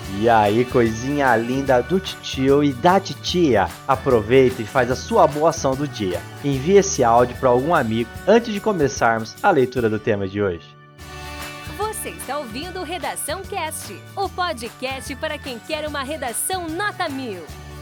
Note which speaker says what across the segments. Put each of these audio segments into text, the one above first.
Speaker 1: E aí, coisinha linda do titio e da titia, aproveita e faz a sua boa ação do dia. Envie esse áudio para algum amigo antes de começarmos a leitura do tema de hoje.
Speaker 2: Você está ouvindo Redação Cast, o podcast para quem quer uma redação nota 1000.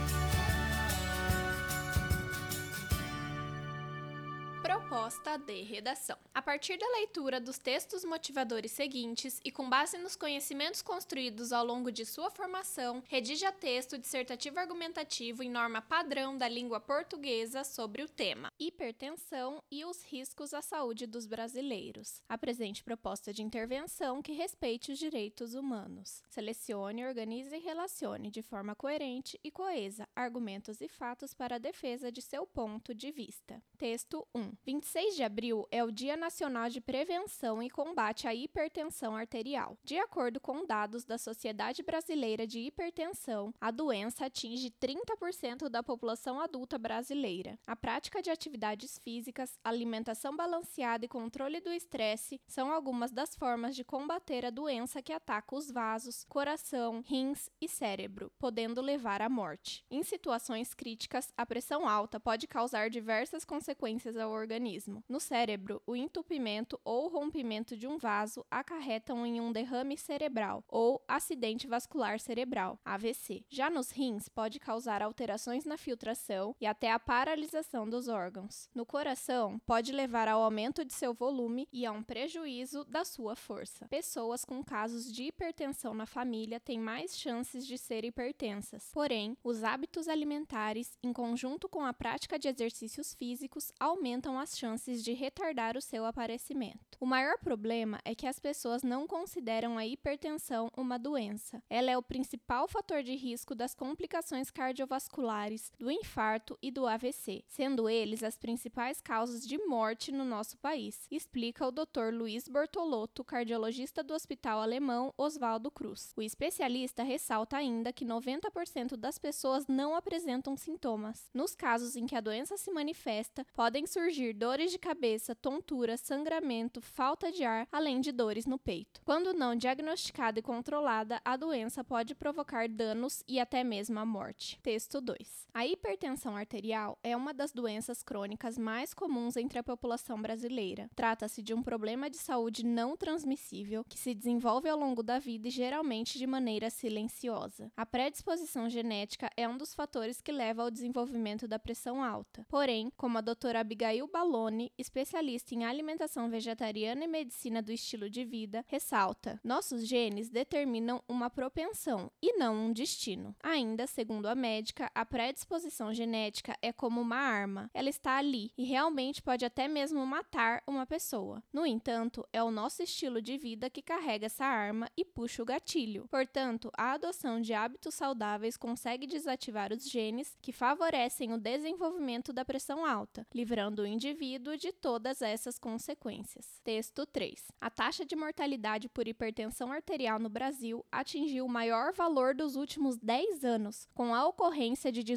Speaker 3: Proposta de redação. A partir da leitura dos textos motivadores seguintes e com base nos conhecimentos construídos ao longo de sua formação, redija texto dissertativo argumentativo em norma padrão da língua portuguesa sobre o tema hipertensão e os riscos à saúde dos brasileiros. Apresente proposta de intervenção que respeite os direitos humanos. Selecione, organize e relacione de forma coerente e coesa argumentos e fatos para a defesa de seu ponto de vista. Texto 1. 26 de abril é o Dia Nacional de Prevenção e Combate à Hipertensão Arterial. De acordo com dados da Sociedade Brasileira de Hipertensão, a doença atinge 30% da população adulta brasileira. A prática de atividades físicas, alimentação balanceada e controle do estresse são algumas das formas de combater a doença que ataca os vasos, coração, rins e cérebro, podendo levar à morte. Em situações críticas, a pressão alta pode causar diversas consequências ao organismo. No cérebro, o entupimento ou rompimento de um vaso acarretam em um derrame cerebral ou acidente vascular cerebral, AVC. Já nos rins, pode causar alterações na filtração e até a paralisação dos órgãos. No coração, pode levar ao aumento de seu volume e a um prejuízo da sua força. Pessoas com casos de hipertensão na família têm mais chances de ser hipertensas. Porém, os hábitos alimentares, em conjunto com a prática de exercícios físicos, aumentam as chances de retardar o seu aparecimento. O maior problema é que as pessoas não consideram a hipertensão uma doença. Ela é o principal fator de risco das complicações cardiovasculares, do infarto e do AVC, sendo eles as principais causas de morte no nosso país, explica o Dr. Luiz Bortolotto, cardiologista do Hospital Alemão Oswaldo Cruz. O especialista ressalta ainda que 90% das pessoas não apresentam sintomas. Nos casos em que a doença se manifesta, podem surgir dores de cabeça, tontura, sangramento, falta de ar, além de dores no peito. Quando não diagnosticada e controlada, a doença pode provocar danos e até mesmo a morte. Texto 2. A hipertensão arterial é uma das doenças crônicas mais comuns entre a população brasileira. Trata-se de um problema de saúde não transmissível que se desenvolve ao longo da vida e geralmente de maneira silenciosa. A predisposição genética é um dos fatores que leva ao desenvolvimento da pressão alta. Porém, como a doutora Abigail Balloni, especialista em alimentação vegetariana e medicina do estilo de vida, ressalta: nossos genes determinam uma propensão e não um destino. Ainda, segundo a médica, a predisposição genética é como uma arma. Ela está ali e realmente pode até mesmo matar uma pessoa. No entanto, é o nosso estilo de vida que carrega essa arma e puxa o gatilho. Portanto, a adoção de hábitos saudáveis consegue desativar os genes que favorecem o desenvolvimento da pressão alta, livrando o indivíduo de todas essas consequências. Texto 3. A taxa de mortalidade por hipertensão arterial no Brasil atingiu o maior valor dos últimos 10 anos, com a ocorrência de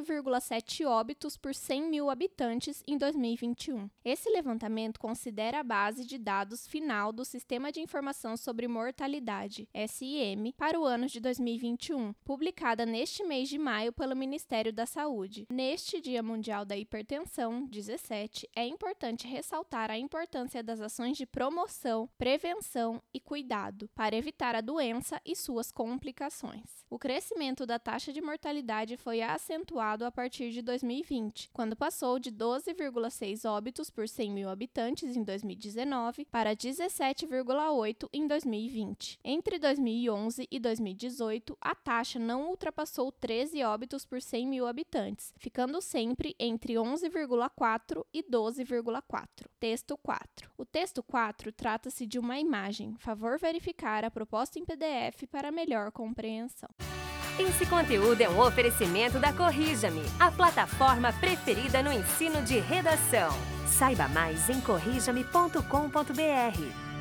Speaker 3: 18,7 óbitos por 100 mil habitantes em 2021. Esse levantamento considera a base de dados final do Sistema de Informação sobre Mortalidade, SIM, para o ano de 2021, publicada neste mês de maio pelo Ministério da Saúde. Neste Dia Mundial da Hipertensão, 17, é importante ressaltar a importância das ações de promoção, prevenção e cuidado para evitar a doença e suas complicações. O crescimento da taxa de mortalidade foi acentuado a partir de 2020, quando passou de 12,6 óbitos por 100 mil habitantes em 2019 para 17,8 em 2020. Entre 2011 e 2018, a taxa não ultrapassou 13 óbitos por 100 mil habitantes, ficando sempre entre 11,4 e 12,4. Texto 4. O texto 4 trata-se de uma imagem. Favor verificar a proposta em PDF para melhor compreensão.
Speaker 2: Esse conteúdo é um oferecimento da Corrija-me, a plataforma preferida no ensino de redação. Saiba mais em corrijame.com.br.